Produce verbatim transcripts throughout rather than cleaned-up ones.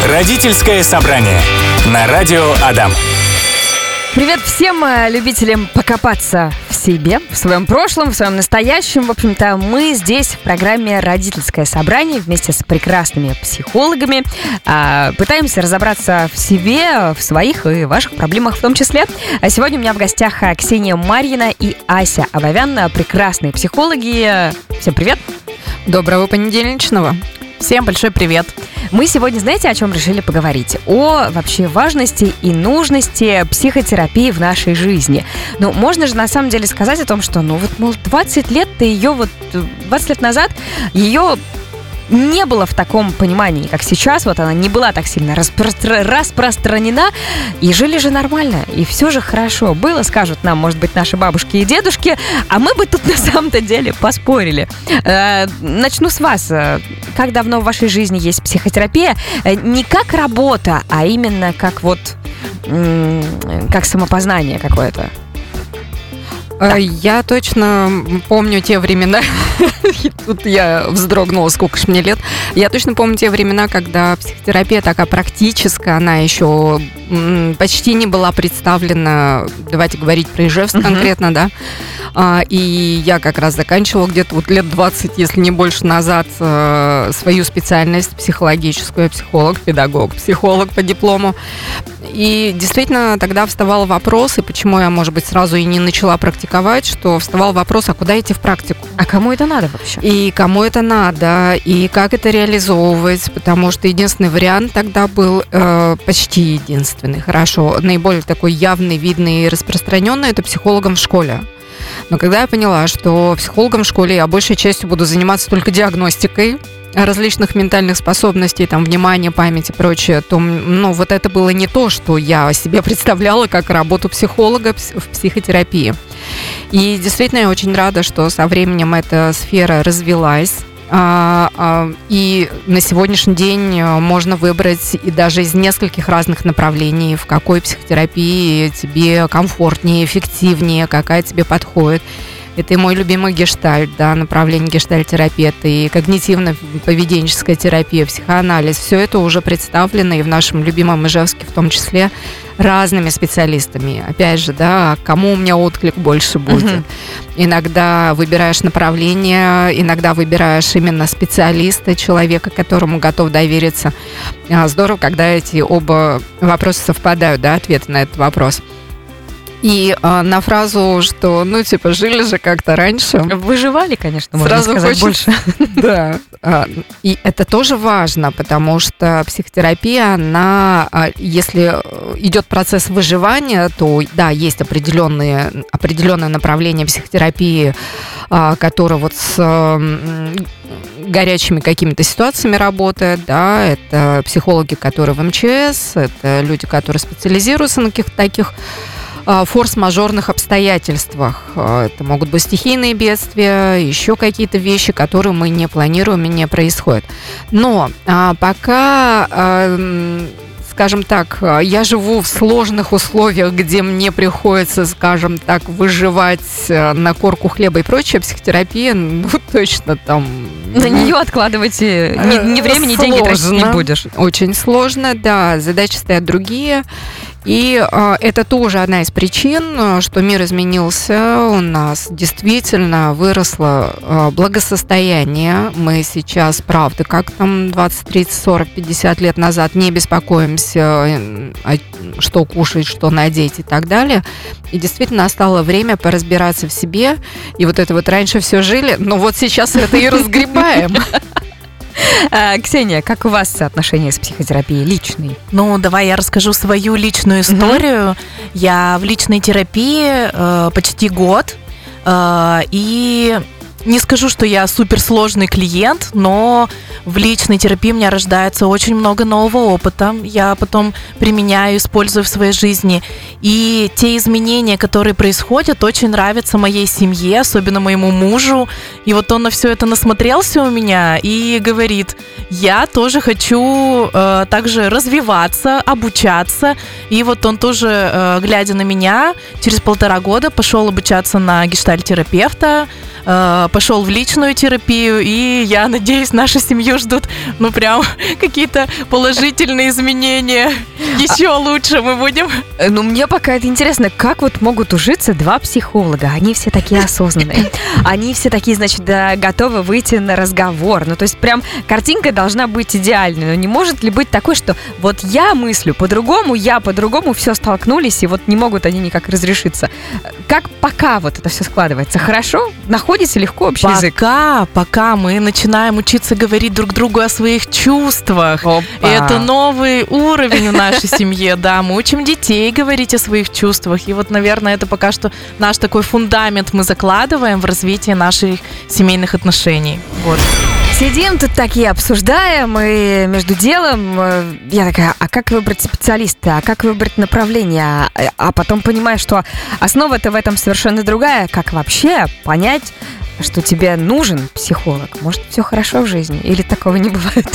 Родительское собрание на радио Адам. Привет всем любителям покопаться в себе, в своем прошлом, в своем настоящем. В общем-то, мы здесь в программе «Родительское собрание» вместе с прекрасными психологами пытаемся разобраться в себе, в своих и ваших проблемах в том числе. А сегодня у меня в гостях Ксения Марьина и Ася Абовян, прекрасные психологи. Всем привет! Доброго понедельничного! Всем большой привет! Мы сегодня, знаете, о чем решили поговорить? О вообще важности и нужности психотерапии в нашей жизни. Ну, можно же на самом деле сказать о том, что, ну вот, мол, двадцать лет ты ее вот, двадцать лет назад ее не было в таком понимании, как сейчас. Вот она не была так сильно распро- распространена. И жили же нормально. И все же хорошо было, скажут нам, может быть, наши бабушки и дедушки. А мы бы тут на самом-то деле поспорили. Э, начну с вас. Как давно в вашей жизни есть психотерапия? Не как работа, а именно как вот м- как самопознание какое-то. Да. Я точно помню те времена, тут я вздрогнула, сколько ж мне лет. Я точно помню те времена, когда психотерапия такая практическая, она еще почти не была представлена, давайте говорить про Ижевск uh-huh. конкретно, да. И я как раз заканчивала где-то вот лет двадцать, если не больше назад, свою специальность психологическую, психолог, педагог, психолог по диплому. И действительно тогда вставал вопрос, и почему я, может быть, сразу и не начала практиковать, что вставал вопрос, а куда идти в практику? А кому это надо вообще? И кому это надо, и как это реализовывать, потому что единственный вариант тогда был, э, почти единственный, хорошо, наиболее такой явный, видный и распространенный, это психологом в школе. Но когда я поняла, что психологом в школе я большей частью буду заниматься только диагностикой различных ментальных способностей, там, внимания, памяти и прочее, то, ну, вот это было не то, что я себе представляла как работу психолога в психотерапии. И действительно, я очень рада, что со временем эта сфера развилась. И на сегодняшний день можно выбрать и даже из нескольких разных направлений, в какой психотерапии тебе комфортнее, эффективнее, какая тебе подходит. Это и мой любимый гештальт, да, направление гештальт-терапии, это и когнитивно-поведенческая терапия, психоанализ. Все это уже представлено и в нашем любимом Ижевске, в том числе разными специалистами. Опять же, да, кому у меня отклик больше будет. Uh-huh. Иногда выбираешь направление, иногда выбираешь именно специалиста, человека, которому готов довериться. Здорово, когда эти оба вопроса совпадают, да, ответы на этот вопрос. И а, на фразу, что, ну, типа, жили же как-то раньше. Выживали, конечно, можно сразу сказать хочется, больше. Да. А, и это тоже важно, потому что психотерапия, она, если идет процесс выживания, то, да, есть определенные, определенное направление психотерапии, а, которое вот с а, горячими какими-то ситуациями работает, да, это психологи, которые в эм че эс, это люди, которые специализируются на каких-то таких форс-мажорных обстоятельствах. Это могут быть стихийные бедствия, еще какие-то вещи, которые мы не планируем и не происходят. Но а, пока, а, скажем так, я живу в сложных условиях, где мне приходится, скажем так, выживать на корку хлеба и прочее, психотерапия, ну, точно там... На нее откладывать ни, ни время, ни деньги тратить не будешь. Очень сложно, да, задачи стоят другие. И э, это тоже одна из причин, что мир изменился, у нас действительно выросло э, благосостояние. Мы сейчас, правда, как там двадцать, тридцать, сорок, пятьдесят лет назад не беспокоимся, э, что кушать, что надеть и так далее. И действительно настало время поразбираться в себе. И вот это вот раньше все жили, но вот сейчас это и разгребаем. Ксения, как у вас отношения с психотерапией личной? Ну, давай я расскажу свою личную историю. Uh-huh. Я в личной терапии э, почти год. Э, и не скажу, что я суперсложный клиент, но в личной терапии у меня рождается очень много нового опыта. Я потом применяю, использую в своей жизни. И те изменения, которые происходят, очень нравятся моей семье, особенно моему мужу. И вот он на все это насмотрелся у меня и говорит: я тоже хочу э, также развиваться, обучаться. И вот он тоже, э, глядя на меня, через полтора года пошел обучаться на гештальт-терапевта. э, пошел в личную терапию, и я надеюсь, нашу семью ждут, ну, прям какие-то положительные изменения. Еще лучше мы будем. Ну, мне пока это интересно, как вот могут ужиться два психолога? Они все такие осознанные. Они все такие, значит, да, готовы выйти на разговор. Ну, то есть прям картинка должна быть идеальной. Но не может ли быть такой, что вот я мыслю по-другому, я по-другому, все столкнулись, и вот не могут они никак разрешиться. Как пока вот это все складывается? Хорошо? Находится легко общий пока, язык? Пока, пока мы начинаем учиться говорить друг другу о своих чувствах. Опа. Это новый уровень в нашей семье, да. Мы учим детей говорить о своих чувствах. И вот, наверное, это пока что наш такой фундамент мы закладываем в развитие наших семейных отношений. Вот. Сидим тут такие, обсуждаем, и между делом э, я такая, а как выбрать специалиста, а как выбрать направление, а, а потом понимаю, что основа-то в этом совершенно другая, как вообще понять, что тебе нужен психолог. Может, все хорошо в жизни, или такого не бывает?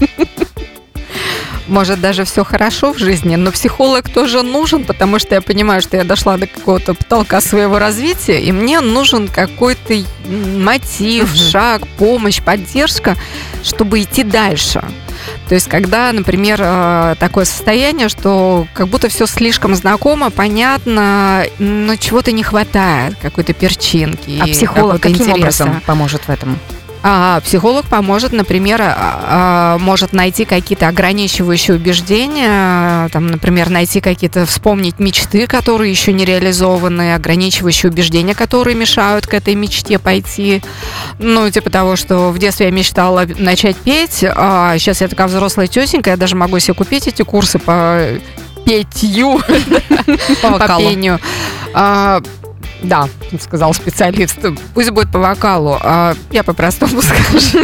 Может, даже все хорошо в жизни, но психолог тоже нужен, потому что я понимаю, что я дошла до какого-то потолка своего развития, и мне нужен какой-то мотив, угу. шаг, помощь, поддержка, чтобы идти дальше. То есть, когда, например, такое состояние, что как будто все слишком знакомо, понятно, но чего-то не хватает, какой-то перчинки. А психолог каким интереса. образом поможет в этом? А, психолог поможет, например, а, может найти какие-то ограничивающие убеждения, там, например, найти какие-то, вспомнить мечты, которые еще не реализованы, ограничивающие убеждения, которые мешают к этой мечте пойти. Ну, типа того, что в детстве я мечтала начать петь, а сейчас я такая взрослая тетенька, я даже могу себе купить эти курсы по петью, по пению. Да, сказал специалист. Пусть будет по вокалу. А я по-простому скажу.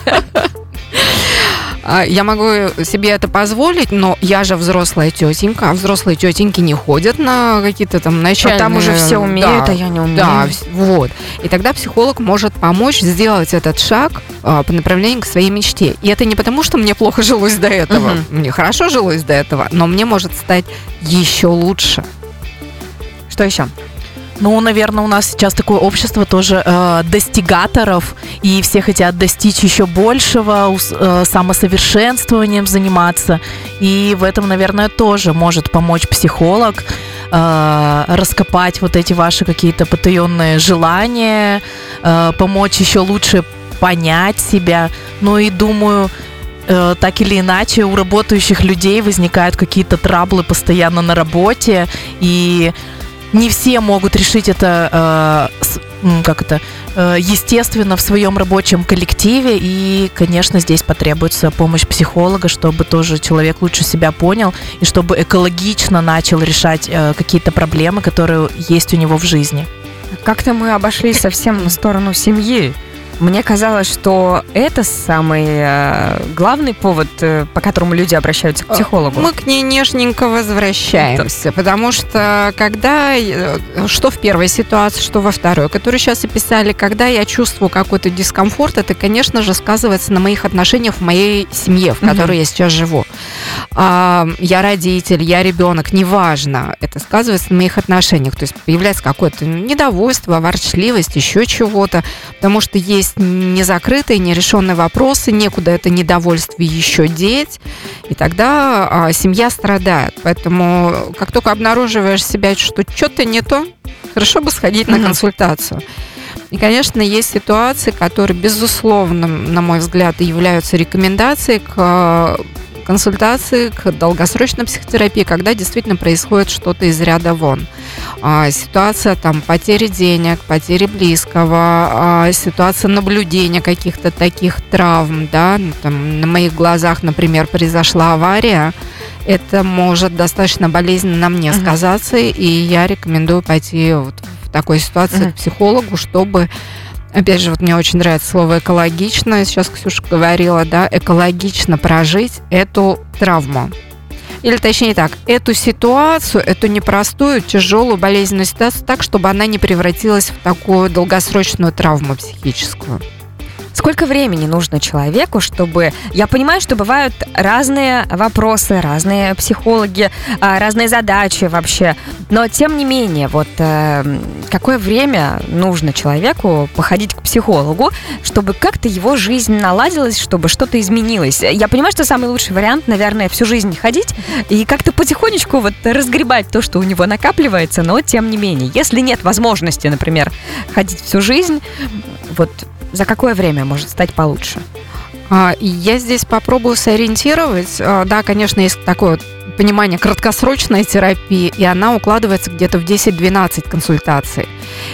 Я могу себе это позволить, но я же взрослая тетенька, а взрослые тетеньки не ходят на какие-то там начальные... А там уже все умеют, да, а я не умею. Да, вот. И тогда психолог может помочь сделать этот шаг а, по направлению к своей мечте. И это не потому, что мне плохо жилось до этого. Угу. Мне хорошо жилось до этого, но мне может стать еще лучше. Что еще? Ну, наверное, у нас сейчас такое общество тоже э, достигаторов, и все хотят достичь еще большего, э, самосовершенствованием заниматься. И в этом, наверное, тоже может помочь психолог, э, раскопать вот эти ваши какие-то потаенные желания, э, помочь еще лучше понять себя. Ну и думаю, э, так или иначе у работающих людей возникают какие-то траблы постоянно на работе, и не все могут решить это, э, с, как это, э, естественно, в своем рабочем коллективе. И, конечно, здесь потребуется помощь психолога, чтобы тоже человек лучше себя понял и чтобы экологично начал решать э, какие-то проблемы, которые есть у него в жизни. Как-то мы обошли совсем в сторону семьи. Мне казалось, что это самый э, главный повод, э, по которому люди обращаются к психологу. Мы к ней нежненько возвращаемся, да. Потому что когда, что в первой ситуации, что во второй, которую сейчас описали, когда я чувствую какой-то дискомфорт, это, конечно же, сказывается на моих отношениях в моей семье, в которой mm-hmm. я сейчас живу. А, я родитель, я ребенок, неважно, это сказывается на моих отношениях. То есть появляется какое-то недовольство, ворчливость, еще чего-то, потому что есть незакрытые, нерешенные вопросы, некуда это недовольствие еще деть, и тогда а, семья страдает. Поэтому, как только обнаруживаешь себя, что что-то не то, хорошо бы сходить mm-hmm. на консультацию. И, конечно, есть ситуации, которые, безусловно, на мой взгляд, являются рекомендацией к консультации, к долгосрочной психотерапии, когда действительно происходит что-то из ряда вон. А, ситуация там потери денег, потери близкого, а, ситуация наблюдения каких-то таких травм, да, там, на моих глазах, например, произошла авария, это может достаточно болезненно на мне uh-huh. сказаться, и я рекомендую пойти вот в такой ситуации uh-huh. к психологу, чтобы... Опять же, вот мне очень нравится слово «экологично». Сейчас Ксюша говорила, да, экологично прожить эту травму. Или, точнее так, эту ситуацию, эту непростую, тяжелую, болезненную ситуацию так, чтобы она не превратилась в такую долгосрочную травму психическую. Сколько времени нужно человеку, чтобы... Я понимаю, что бывают разные вопросы, разные психологи, разные задачи вообще, но тем не менее, вот какое время нужно человеку походить к психологу, чтобы как-то его жизнь наладилась, чтобы что-то изменилось? Я понимаю, что самый лучший вариант, наверное, всю жизнь ходить и как-то потихонечку вот разгребать то, что у него накапливается, но тем не менее, если нет возможности, например, ходить всю жизнь, вот за какое время может стать получше? Я здесь попробую сориентировать. Да, конечно, есть такое понимание краткосрочной терапии, и она укладывается где-то в десять-двенадцать консультаций.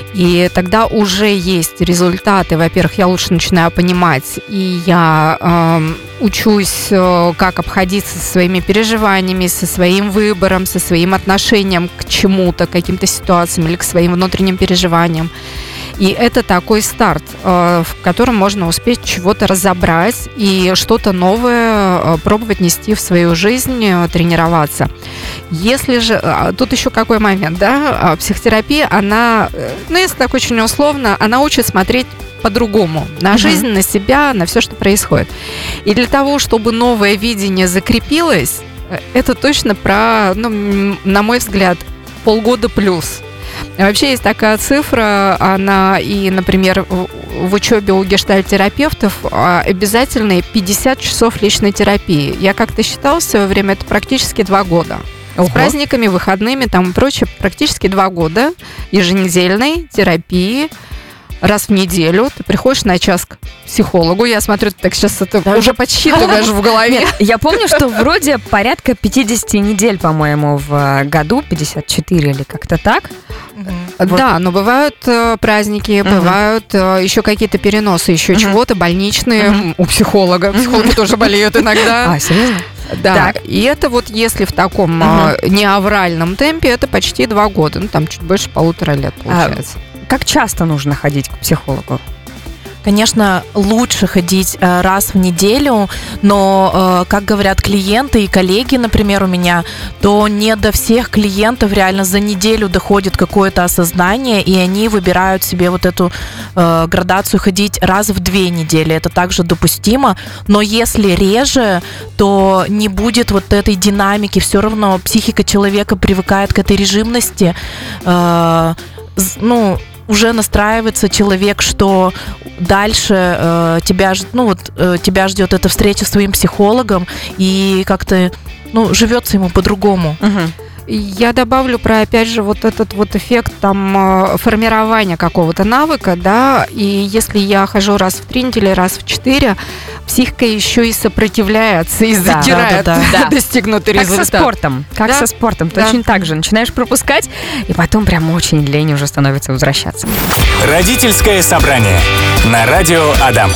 И тогда уже есть результаты. Во-первых, я лучше начинаю понимать, и я э, учусь, э, как обходиться со своими переживаниями, со своим выбором, со своим отношением к чему-то, к каким-то ситуациям или к своим внутренним переживаниям. И это такой старт, в котором можно успеть чего-то разобрать и что-то новое пробовать нести в свою жизнь, тренироваться. Если же... Тут еще какой момент, да? Психотерапия, она, ну, если так очень условно, она учит смотреть по-другому на жизнь, uh-huh. на себя, на все, что происходит. И для того, чтобы новое видение закрепилось, это точно про, ну, на мой взгляд, полгода плюс. Вообще есть такая цифра, она и, например, в учебе у гештальт-терапевтов обязательно пятьдесят часов личной терапии. Я как-то считала в свое время, это практически два года. Ого. С праздниками, выходными там и прочее, практически два года еженедельной терапии. Раз в неделю ты приходишь на час к психологу. Я смотрю, ты так сейчас это да. уже подсчитываешь в голове. Нет, я помню, что вроде порядка пятьдесят недель, по-моему, в году, пятьдесят четыре или как-то так. Вот. Да, но бывают э, праздники, uh-huh. бывают э, еще какие-то переносы, еще uh-huh. чего-то больничные uh-huh. у психолога. Психологи uh-huh. тоже болеют иногда. А, серьезно? Да, так. И это вот если в таком uh-huh. э, неавральном темпе, это почти два года. Ну, там чуть больше полутора лет получается. А как часто нужно ходить к психологу? Конечно, лучше ходить э, раз в неделю, но, э, как говорят клиенты и коллеги, например, у меня, то не до всех клиентов реально за неделю доходит какое-то осознание, и они выбирают себе вот эту э, градацию ходить раз в две недели. Это также допустимо, но если реже, то не будет вот этой динамики. Все равно психика человека привыкает к этой режимности. Э, ну... уже настраивается человек, что дальше э, тебя, ну, вот, э, тебя ждет эта встреча с твоим психологом, и как-то, ну, живется ему по-другому. Угу. Я добавлю про, опять же, вот этот вот эффект там формирования какого-то навыка, да, и если я хожу раз в три недели, раз в четыре, психика еще и сопротивляется и да, затирает да, да, да. достигнутый как результат. Как со спортом, как да? со спортом, да. точно так же. Начинаешь пропускать, и потом прям очень лень уже становится возвращаться. Родительское собрание на радио Адам.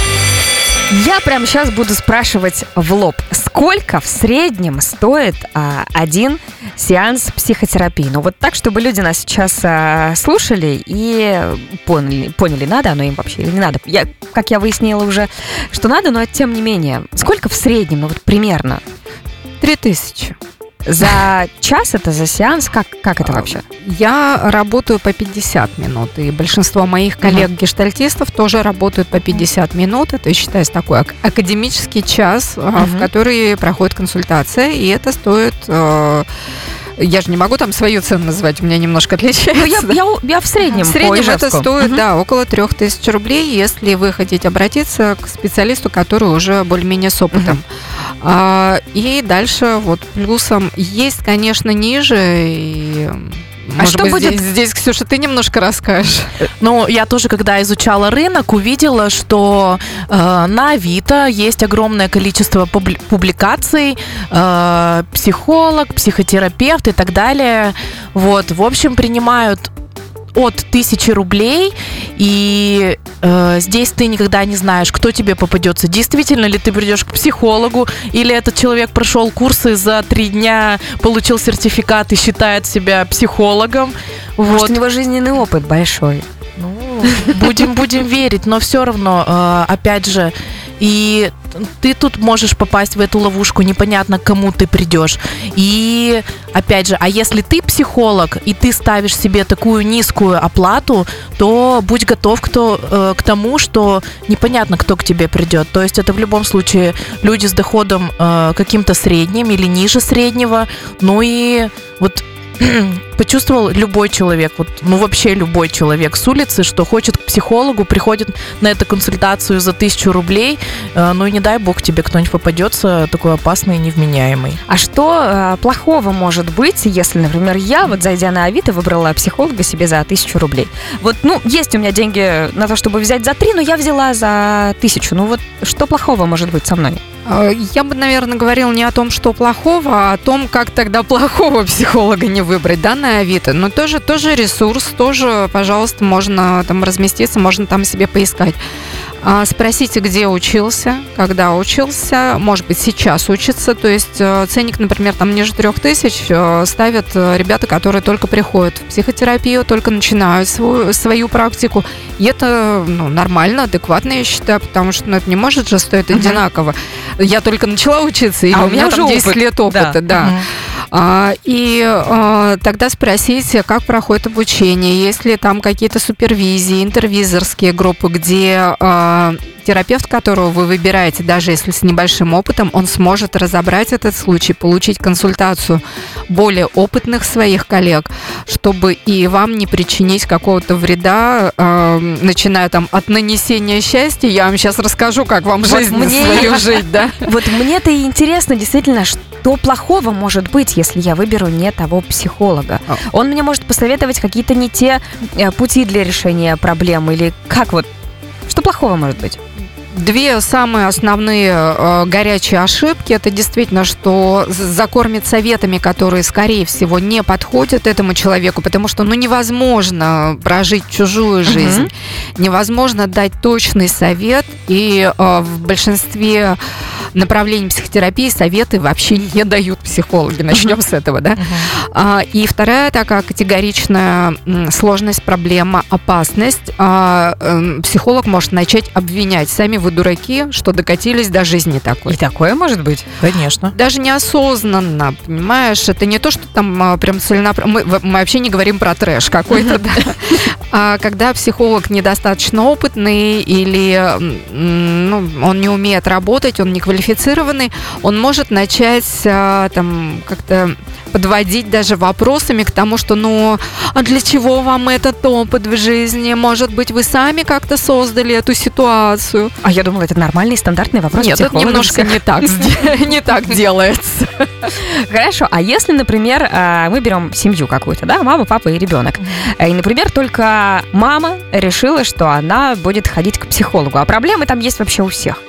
Я прямо сейчас буду спрашивать в лоб, сколько в среднем стоит а, один сеанс психотерапии? Ну вот так, чтобы люди нас сейчас а, слушали и поняли, поняли, надо оно им вообще или не надо. Я, как я выяснила уже, что надо, но тем не менее. Сколько в среднем, ну вот примерно? Три тысячи. За час это, за сеанс? Как, как это вообще? Я работаю по пятьдесят минут, и большинство моих коллег-гештальтистов тоже работают по пятьдесят минут. Это, считается, такой академический час, uh-huh. в который проходит консультация, и это стоит... Я же не могу там свою цену назвать, у меня немножко отличается. Ну, я, я, я в среднем. В среднем это стоит, uh-huh. да, около трех тысяч рублей, если вы хотите обратиться к специалисту, который уже более-менее с опытом. Uh-huh. А, и дальше вот плюсом есть, конечно, ниже. И, а может что быть, будет? Здесь, здесь, Ксюша, ты немножко расскажешь. Ну, я тоже, когда изучала рынок, увидела, что э, на Авито есть огромное количество публи- публикаций, э, психолог, психотерапевт и так далее. Вот, в общем, принимают от тысячи рублей, и э, здесь ты никогда не знаешь, кто тебе попадется. Действительно ли ты придешь к психологу, или этот человек прошел курсы за три дня, получил сертификат и считает себя психологом. Может, вот. У него жизненный опыт большой. Ну, будем, будем верить, но все равно, э, опять же, И ты тут можешь попасть в эту ловушку, непонятно, к кому ты придешь. И, опять же, а если ты психолог, и ты ставишь себе такую низкую оплату, то будь готов к, то, э, к тому, что непонятно, кто к тебе придет. То есть это в любом случае люди с доходом э, каким-то средним или ниже среднего. Ну и вот почувствовал любой человек, вот, ну вообще любой человек с улицы, что хочет к психологу, приходит на эту консультацию за тысячу рублей, э, ну и не дай бог тебе кто-нибудь попадется такой опасный и невменяемый. А что э, плохого может быть, если, например, я, вот зайдя на Авито, выбрала психолога себе за тысячу рублей? Вот, ну, есть у меня деньги на то, чтобы взять за три, но я взяла за тысячу. Ну вот, что плохого может быть со мной? Я бы, наверное, говорила не о том, что плохого, а о том, как тогда плохого психолога не выбрать, да, на Авито. Но тоже, тоже ресурс, тоже, пожалуйста, можно там разместиться, можно там себе поискать. Спросите, где учился, когда учился, может быть, сейчас учится. То есть ценник, например, там ниже трех тысяч ставят ребята, которые только приходят в психотерапию, только начинают свою, свою практику. И это, ну, нормально, адекватно, я считаю, потому что, ну, это не может же стоить одинаково. Uh-huh. Я только начала учиться, или а у меня, меня там десять опыт. Лет опыта, да. да. Uh-huh. А, и а, тогда спросите, как проходит обучение, есть ли там какие-то супервизии, интервизорские группы, где а, терапевт, которого вы выбираете, даже если с небольшим опытом, он сможет разобрать этот случай, получить консультацию более опытных своих коллег, чтобы и вам не причинить какого-то вреда, а, начиная там от нанесения счастья. Я вам сейчас расскажу, как вам вот жизнь мне... свою жить, да? Вот мне-то и интересно, действительно, что плохого может быть, если я выберу не того психолога? Он мне может посоветовать какие-то не те пути для решения проблем, или как вот? Что плохого может быть? Две самые основные э, горячие ошибки — это действительно, что закормит советами, которые, скорее всего, не подходят этому человеку, потому что, ну, невозможно прожить чужую жизнь, uh-huh. невозможно дать точный совет, и э, в большинстве направлений психотерапии советы вообще не дают психологи. Начнем uh-huh. с этого, да? Uh-huh. А, и вторая такая категоричная сложность, проблема, опасность. А, а, психолог может начать обвинять. Сами вы дураки, что докатились до жизни такой. И такое может быть? Конечно. Даже неосознанно, понимаешь? Это не то, что там прям целенаправленно... Мы, мы вообще не говорим про трэш какой-то, да. А когда психолог недостаточно опытный или ну, он не умеет работать, он не квалифицированный, он может начать там как-то подводить даже вопросами к тому, что, ну, а для чего вам этот опыт в жизни? Может быть, вы сами как-то создали эту ситуацию? А я думала, это нормальный, стандартный вопрос. Нет, это немножко не так, не так делается. Хорошо, а если, например, мы берем семью какую-то, да, мама, папа и ребенок, и, например, только мама решила, что она будет ходить к психологу, а проблемы там есть вообще у всех.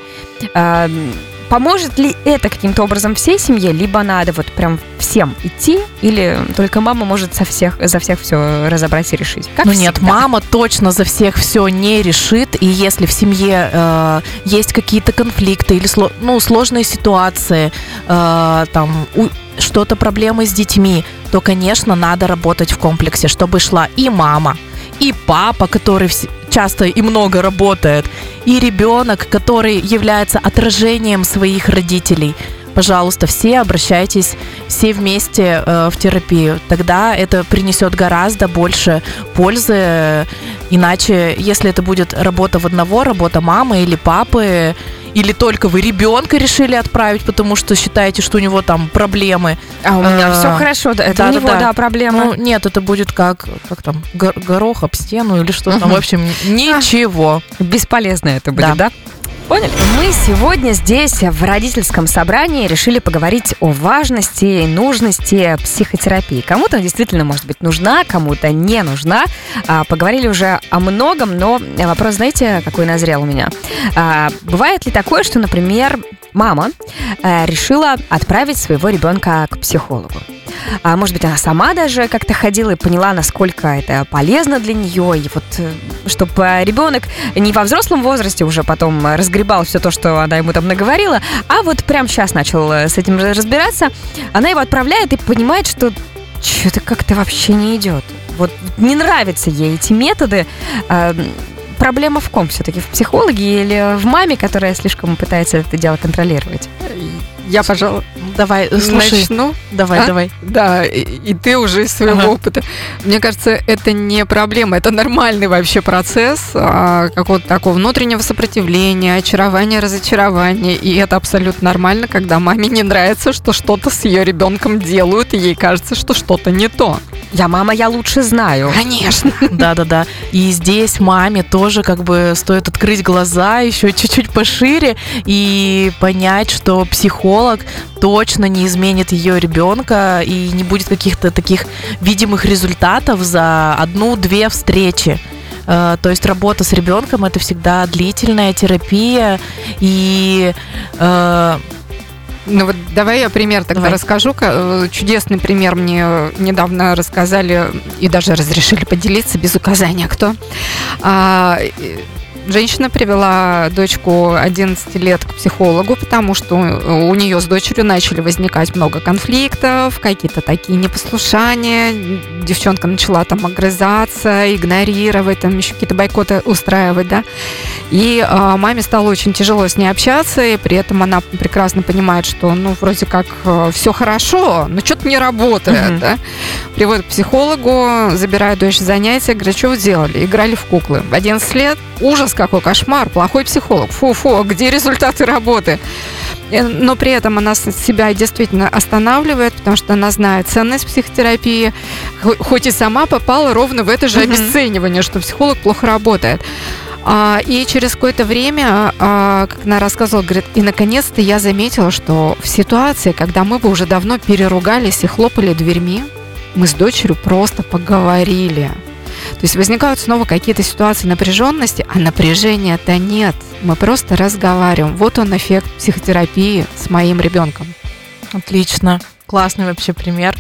Поможет ли это каким-то образом всей семье, либо надо вот прям всем идти, или только мама может за всех, за всех все разобрать и решить? Как ну всегда. Нет, мама точно за всех все не решит, и если в семье э, есть какие-то конфликты или сло, ну, сложные ситуации, э, там у, что-то проблемы с детьми, то, конечно, надо работать в комплексе, чтобы шла и мама, и папа, который часто и много работает, и ребенок, который является отражением своих родителей. Пожалуйста, все обращайтесь, все вместе э, в терапию. Тогда это принесет гораздо больше пользы. Иначе, если это будет работа в одного, работа мамы или папы, или только вы ребенка решили отправить, потому что считаете, что у него там проблемы. А у меня все хорошо, это да, у него, да, да проблемы. Ну, нет, это будет как, как там, горох об стену или что-то там, в общем, ничего. Бесполезно это будет, да? Поняли? Мы сегодня здесь, в родительском собрании, решили поговорить о важности и нужности психотерапии. Кому-то действительно, может быть, нужна, кому-то не нужна. А, поговорили уже о многом, но вопрос, знаете, какой назрел у меня? А, бывает ли такое, что, например, мама а, решила отправить своего ребенка к психологу? А, может быть, она сама даже как-то ходила и поняла, насколько это полезно для нее. И вот, чтобы ребенок не во взрослом возрасте уже потом разгребал все то, что она ему там наговорила, а вот прямо сейчас начал с этим разбираться, она его отправляет и понимает, что что-то как-то вообще не идет. Вот не нравятся ей эти методы. проблема в ком все-таки? В психологе или в маме, которая слишком пытается это дело контролировать? Я, пожалуй, Давай, слушай. начну. Давай, А? давай. Да, и, и ты уже из своего Ага. опыта. Мне кажется, это не проблема, это нормальный вообще процесс а, какого-то такого внутреннего сопротивления, очарования, разочарования. И это абсолютно нормально, когда маме не нравится, что что-то с ее ребенком делают, и ей кажется, что что-то не то. Я мама, я лучше знаю. Конечно. Да-да-да. И здесь маме тоже как бы стоит открыть глаза еще чуть-чуть пошире и понять, что психолог точно не изменит ее ребенка и не будет каких-то таких видимых результатов за одну-две встречи. Э, То есть работа с ребенком это всегда длительная терапия и э, Ну вот давай я пример тогда Давай. расскажу. Ка- Чудесный пример мне недавно рассказали и даже разрешили поделиться без указания, кто. А, и Женщина привела дочку одиннадцати лет к психологу, потому что у нее с дочерью начали возникать много конфликтов, какие-то такие непослушания. Девчонка начала там огрызаться, игнорировать, там еще какие-то бойкоты устраивать, да. И а, маме стало очень тяжело с ней общаться, и при этом она прекрасно понимает, что, ну, вроде как все хорошо, но что-то не работает, Мгм. да. Приводит к психологу, забирает дочь с занятия, говорит, что вы делали? Играли в куклы. В одиннадцать лет ужас какой, кошмар, плохой психолог. Фу-фу, где результаты работы? Э, Но при этом она с- себя действительно останавливает, потому что она знает ценность психотерапии, хо- хоть и сама попала ровно в это же Мгм. обесценивание, что психолог плохо работает. А, И через какое-то время, а, как она рассказывала, говорит, и наконец-то я заметила, что в ситуации, когда мы бы уже давно переругались и хлопали дверьми, мы с дочерью просто поговорили. То есть возникают снова какие-то ситуации напряженности, а напряжения-то нет. Мы просто разговариваем. Вот он эффект психотерапии с моим ребенком. Отлично. Классный вообще пример.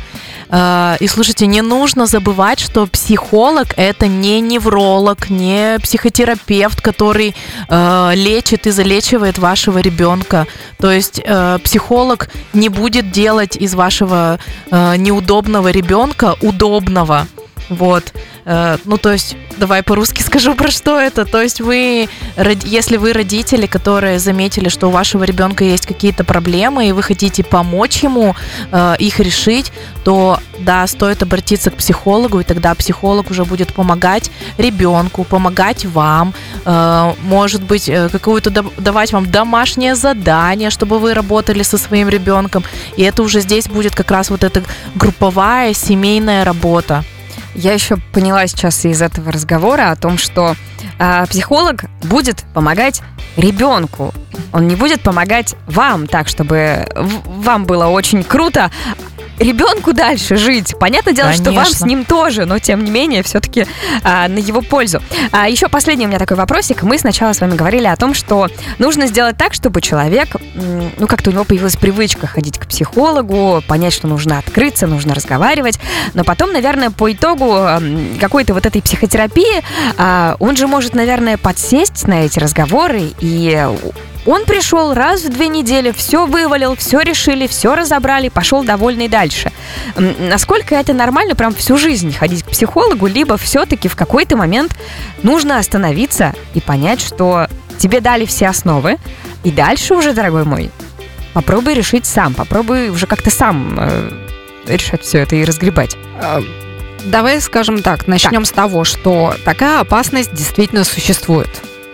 Э, И слушайте, не нужно забывать, что психолог это не невролог, не психотерапевт, который э, лечит и залечивает вашего ребенка. То есть э, психолог не будет делать из вашего э, неудобного ребенка удобного. Вот. Э, Ну, то есть, давай по-русски скажу, про что это. То есть вы, род- если вы родители, которые заметили, что у вашего ребенка есть какие-то проблемы, и вы хотите помочь ему э, их решить, то, да, стоит обратиться к психологу, и тогда психолог уже будет помогать ребенку, помогать вам, э, может быть, э, какую-то да- давать вам домашнее задание, чтобы вы работали со своим ребенком. И это уже здесь будет как раз вот эта групповая семейная работа. Я еще поняла сейчас из этого разговора о том, что а, психолог будет помогать ребенку. Он не будет помогать вам так, чтобы в- вам было очень круто. Ребенку дальше жить. Понятное дело, что вам Конечно. с ним тоже, но тем не менее, все-таки на его пользу. А, еще последний у меня такой вопросик. Мы сначала с вами говорили о том, что нужно сделать так, чтобы человек, м, ну, как-то у него появилась привычка ходить к психологу, понять, что нужно открыться, нужно разговаривать. Но потом, наверное, по итогу м, какой-то вот этой психотерапии, а, он же может, наверное, подсесть на эти разговоры, и он пришел раз в две недели, все вывалил, все решили, все разобрали, пошел довольный дальше. М, Насколько это нормально прям всю жизнь ходить к психологу, либо все-таки в какой-то момент нужно остановиться и понять, что тебе дали все основы, и дальше уже, дорогой мой, попробуй решить сам, попробуй уже как-то сам э, решать все это и разгребать. А, Давай скажем так, начнем с того, что такая опасность действительно существует.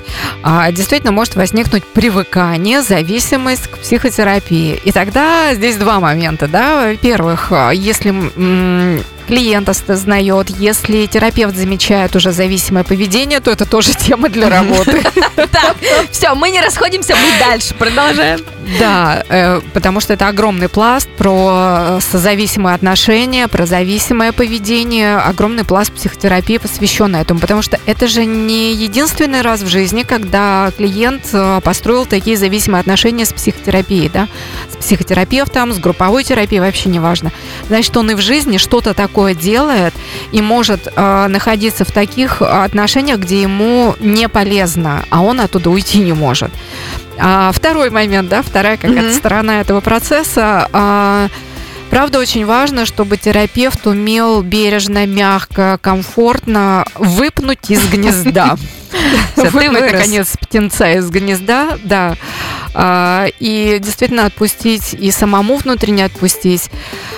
А, Действительно может возникнуть привыкание, зависимость к психотерапии. И тогда здесь два момента, да. Во-первых, если м, клиент осознает, если терапевт замечает уже зависимое поведение, то это тоже тема для работы. Так, все, мы не расходимся, мы дальше продолжаем. Да, э, потому что это огромный пласт про созависимые отношения, про зависимое поведение, огромный пласт психотерапии, посвященный этому, потому что это же не единственный раз в жизни, когда клиент э, построил такие зависимые отношения с психотерапией, да, с психотерапевтом, с групповой терапией, вообще неважно. Значит, он и в жизни что-то такое делает и может э, находиться в таких отношениях, где ему не полезно, а он оттуда уйти не может. А второй момент, да, вторая какая-то Мгм. сторона этого процесса. а, правда очень важно, чтобы терапевт умел бережно, мягко, комфортно выпнуть из гнезда. Выпнуть, наконец, птенца из гнезда, да. И действительно отпустить, и самому внутренне отпустить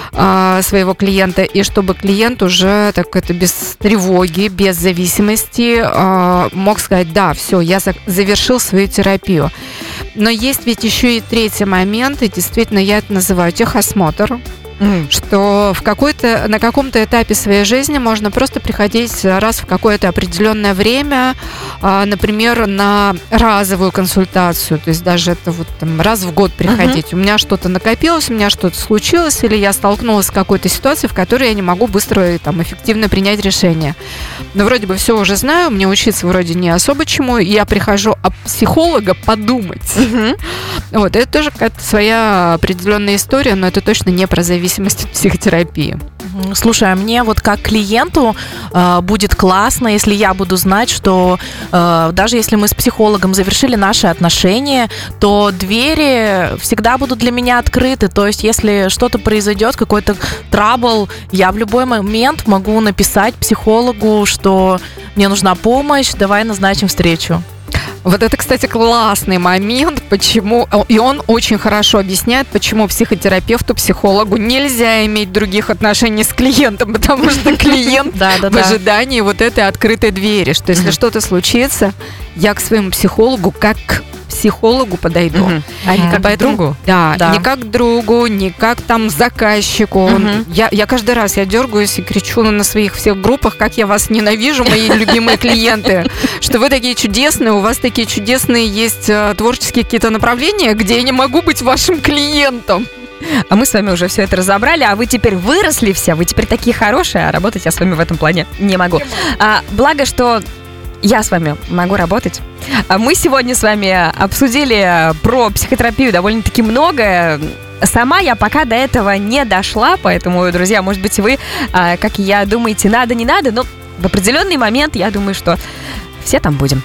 своего клиента, и чтобы клиент уже так это без тревоги, без зависимости мог сказать: да, все, я завершил свою терапию. Но есть ведь еще и третий момент, и действительно я это называю техосмотр. Mm. Что в какой-то, на каком-то этапе своей жизни можно просто приходить раз в какое-то определенное время, например, на разовую консультацию, то есть даже это вот там, раз в год приходить. Uh-huh. У меня что-то накопилось, у меня что-то случилось, или я столкнулась с какой-то ситуацией, в которой я не могу быстро и там, эффективно принять решение. Но вроде бы все уже знаю, мне учиться вроде не особо чему, и я прихожу от психолога подумать. Uh-huh. Вот, это тоже какая-то своя определенная история, но это точно не про зависимость от психотерапии. Слушай, а мне вот как клиенту э, будет классно, если я буду знать, что э, даже если мы с психологом завершили наши отношения, то двери всегда будут для меня открыты. То есть, если что-то произойдет, какой-то трабл, я в любой момент могу написать психологу, что мне нужна помощь, давай назначим встречу. Вот это, кстати, классный момент, почему, и он очень хорошо объясняет, почему психотерапевту, психологу нельзя иметь других отношений с клиентом, потому что клиент в ожидании вот этой открытой двери, что если что-то случится, я к своему психологу как к психологу подойду. Uh-huh. А не как к другу? Да, да, не как к другу, не как там заказчику. Uh-huh. Я, я каждый раз я дергаюсь и кричу на своих всех группах, как я вас ненавижу, мои любимые клиенты, что вы такие чудесные, у вас такие чудесные есть творческие какие-то направления, где я не могу быть вашим клиентом. А мы с вами уже все это разобрали, а вы теперь выросли все, вы теперь такие хорошие, а работать я с вами в этом плане не могу. А, благо, что я с вами могу работать. Мы сегодня с вами обсудили про психотерапию довольно-таки многое. Сама я пока до этого не дошла, поэтому, друзья, может быть, вы, как и я, думаете, надо, не надо, но в определенный момент я думаю, что все там будем.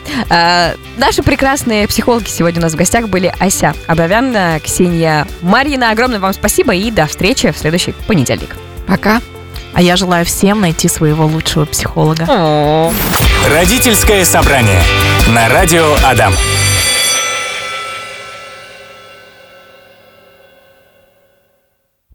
Наши прекрасные психологи сегодня у нас в гостях были Ася Абровян, Ксения, Марина. Огромное вам спасибо и до встречи в следующий понедельник. Пока. А я желаю всем найти своего лучшего психолога. Родительское собрание на радио Адам.